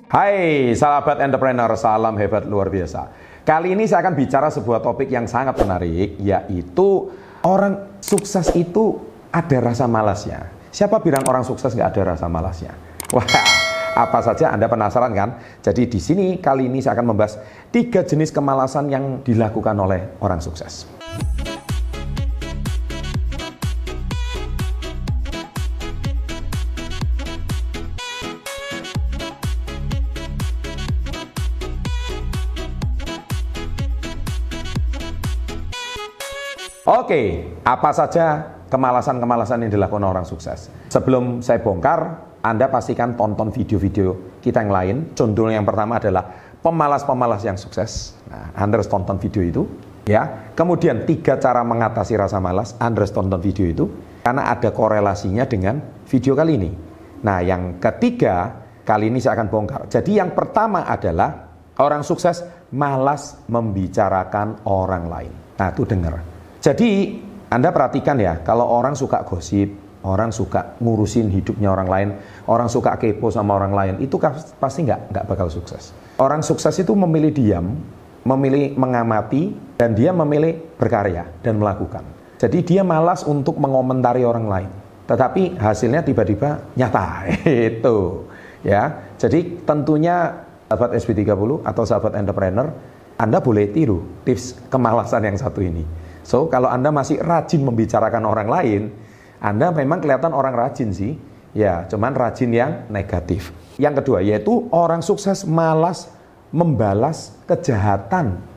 Hai sahabat entrepreneur, salam hebat luar biasa. Kali ini saya akan bicara sebuah topik yang sangat menarik, yaitu orang sukses itu ada rasa malasnya. Siapa bilang orang sukses nggak ada rasa malasnya? Wah, apa saja Anda penasaran kan? Jadi di sini kali ini saya akan membahas 3 jenis kemalasan yang dilakukan oleh orang sukses. Oke, apa saja kemalasan-kemalasan yang dilakukan orang sukses? Sebelum saya bongkar, Anda pastikan tonton video-video kita yang lain. Contoh yang pertama adalah pemalas-pemalas yang sukses. Nah, Anda harus tonton video itu, ya. Kemudian 3 cara mengatasi rasa malas. Anda harus tonton video itu karena ada korelasinya dengan video kali ini. Nah, yang ketiga, kali ini saya akan bongkar. Jadi yang pertama adalah orang sukses malas membicarakan orang lain. Nah, itu dengar. Jadi Anda perhatikan ya, kalau orang suka gosip, orang suka ngurusin hidupnya orang lain, orang suka kepo sama orang lain, itu pasti nggak bakal sukses. Orang sukses itu memilih diam, memilih mengamati, dan dia memilih berkarya dan melakukan. Jadi dia malas untuk mengomentari orang lain, tetapi hasilnya tiba-tiba nyata. Itu ya. Jadi tentunya sahabat SB30 atau sahabat entrepreneur, Anda boleh tiru tips kemalasan yang satu ini. So, kalau Anda masih rajin membicarakan orang lain, Anda memang kelihatan orang rajin sih. Ya, cuman rajin yang negatif. Yang kedua, yaitu orang sukses malas membalas kejahatan